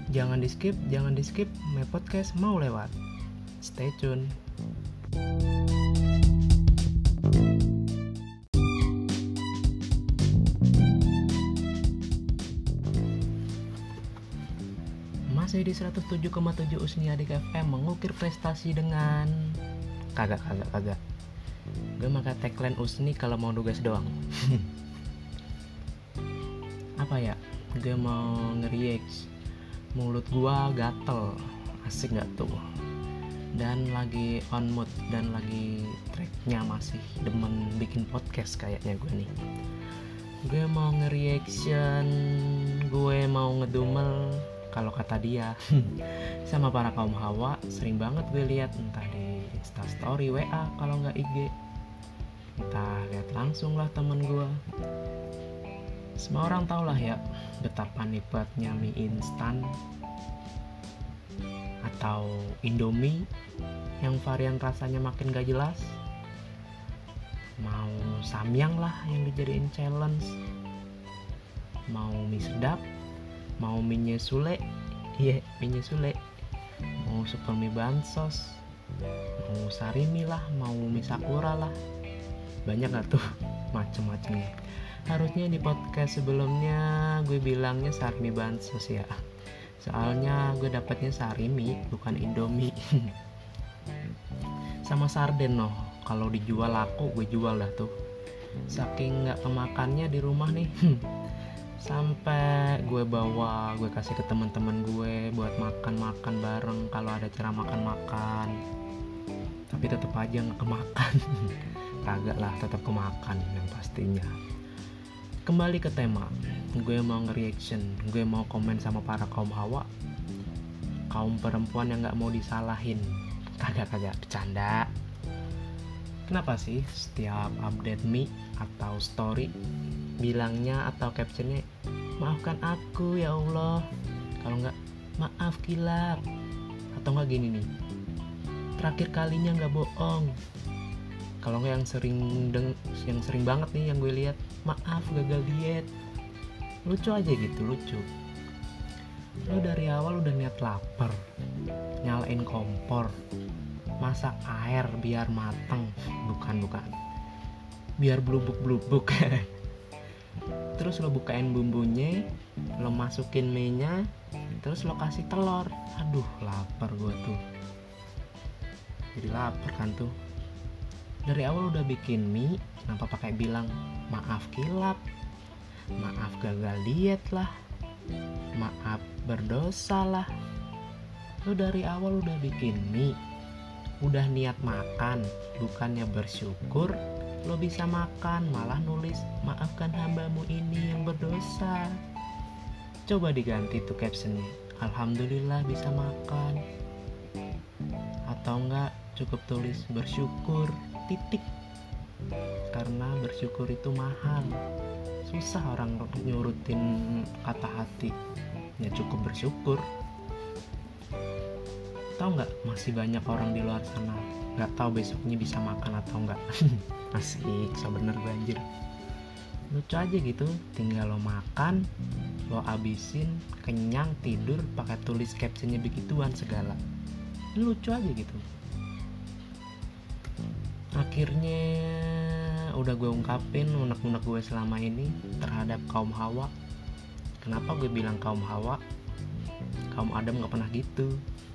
Jangan di skip, my podcast mau lewat. Stay tune. Masih di 107,7 Usni Adik FM mengukir prestasi dengan kagak. Gue makan tagline Usni kalau mau nugas doang. Apa ya? Gue mau nge-react. Mulut gua gatel, asik gak tuh? Dan lagi on mood dan lagi tracknya masih demen bikin podcast kayaknya gue nih. Gue mau nge-reaction, gue mau ngedumel kalau kata dia sama para kaum hawa. Sering banget gue lihat entah di Instastory, WA kalau nggak IG, entah lihat langsung lah temen gue. Semua orang tau lah ya betapa nikmatnya mie instan atau Indomie yang varian rasanya makin gak jelas. Mau samyang lah yang dijadiin challenge, mau mie sedap, mau mie sule, mie sule, mau super mie bansos, mau sarimi lah, mau mie sakura lah. Banyak gak tuh macem-macemnya. Harusnya di podcast sebelumnya gue bilangnya sarimi bansos ya, soalnya gue dapatnya sarimi bukan Indomie. Sama sarden noh, kalau dijual laku gue jual dah tuh. Saking nggak kemakannya di rumah nih, sampai gue bawa, gue kasih ke teman-teman gue buat makan bareng kalau ada acara makan. Tapi tetap aja nggak kemakan. Kagak lah, tetap kemakan yang pastinya. Kembali ke tema, gue mau nge-reaction, gue mau komen sama para kaum hawa, kaum perempuan yang gak mau disalahin. Kagak, bercanda. Kenapa sih setiap update mie atau story bilangnya atau captionnya maafkan aku ya Allah, kalau gak maaf kilap, atau gak gini nih, terakhir kalinya gak bohong. Kalau nggak yang sering banget nih yang gue lihat, maaf gagal diet. Lucu aja gitu, lucu. Lo dari awal udah niat lapar, nyalain kompor, masak air biar mateng, bukan, biar blubuk. Terus lo bukain bumbunya, lo masukin mie-nya, terus lo kasih telur. Aduh, lapar gue tuh. Jadi lapar kan tuh. Dari awal udah bikin mie, kenapa pakai bilang maaf kilap, maaf gagal diet lah, maaf berdosa lah. Lo dari awal udah bikin mie, udah niat makan, bukannya bersyukur lo bisa makan, malah nulis maafkan hambamu ini yang berdosa. Coba diganti tuh captionnya, alhamdulillah bisa makan, atau enggak cukup tulis bersyukur titik, karena bersyukur itu mahal. Susah orang nyurutin kata hati, ya cukup bersyukur. Tahu nggak, masih banyak orang di luar sana nggak tahu besoknya bisa makan atau enggak. Asik, so bener gue anjir. Lucu aja gitu, tinggal lo makan, lo abisin, kenyang, tidur, pakai tulis captionnya begituan segala. Lucu aja gitu. Akhirnya udah gue ungkapin unek-unek gue selama ini terhadap kaum hawa. Kenapa gue bilang kaum hawa? Kaum Adam gak pernah gitu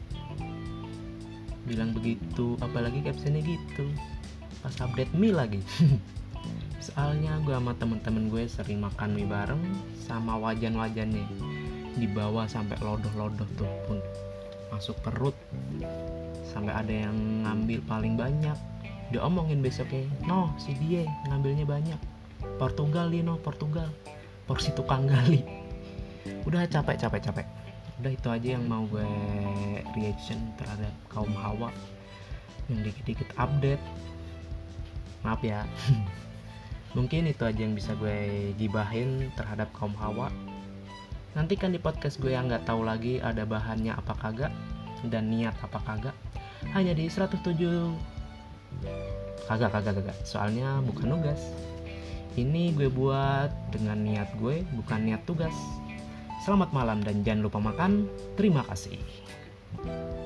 bilang begitu, apalagi captionnya gitu pas update mie lagi. Soalnya gue sama temen-temen gue sering makan mie bareng, sama wajan-wajannya dibawa sampai lodoh-lodoh tuh pun masuk perut, sampai ada yang ngambil paling banyak. Diomongin besoknya, no si dia ngambilnya banyak, Portugal, porsi tukang gali. Udah capek. Udah itu aja yang mau gue reaction terhadap kaum hawa yang dikit-dikit update. Maaf ya. Mungkin itu aja yang bisa gue gibahin terhadap kaum hawa. Nanti kan di podcast gue yang gak tahu lagi ada bahannya apa kagak dan niat apa kagak. Hanya di 107. Kagak, soalnya bukan nugas. Ini gue buat dengan niat gue, bukan niat tugas. Selamat malam dan jangan lupa makan. Terima kasih.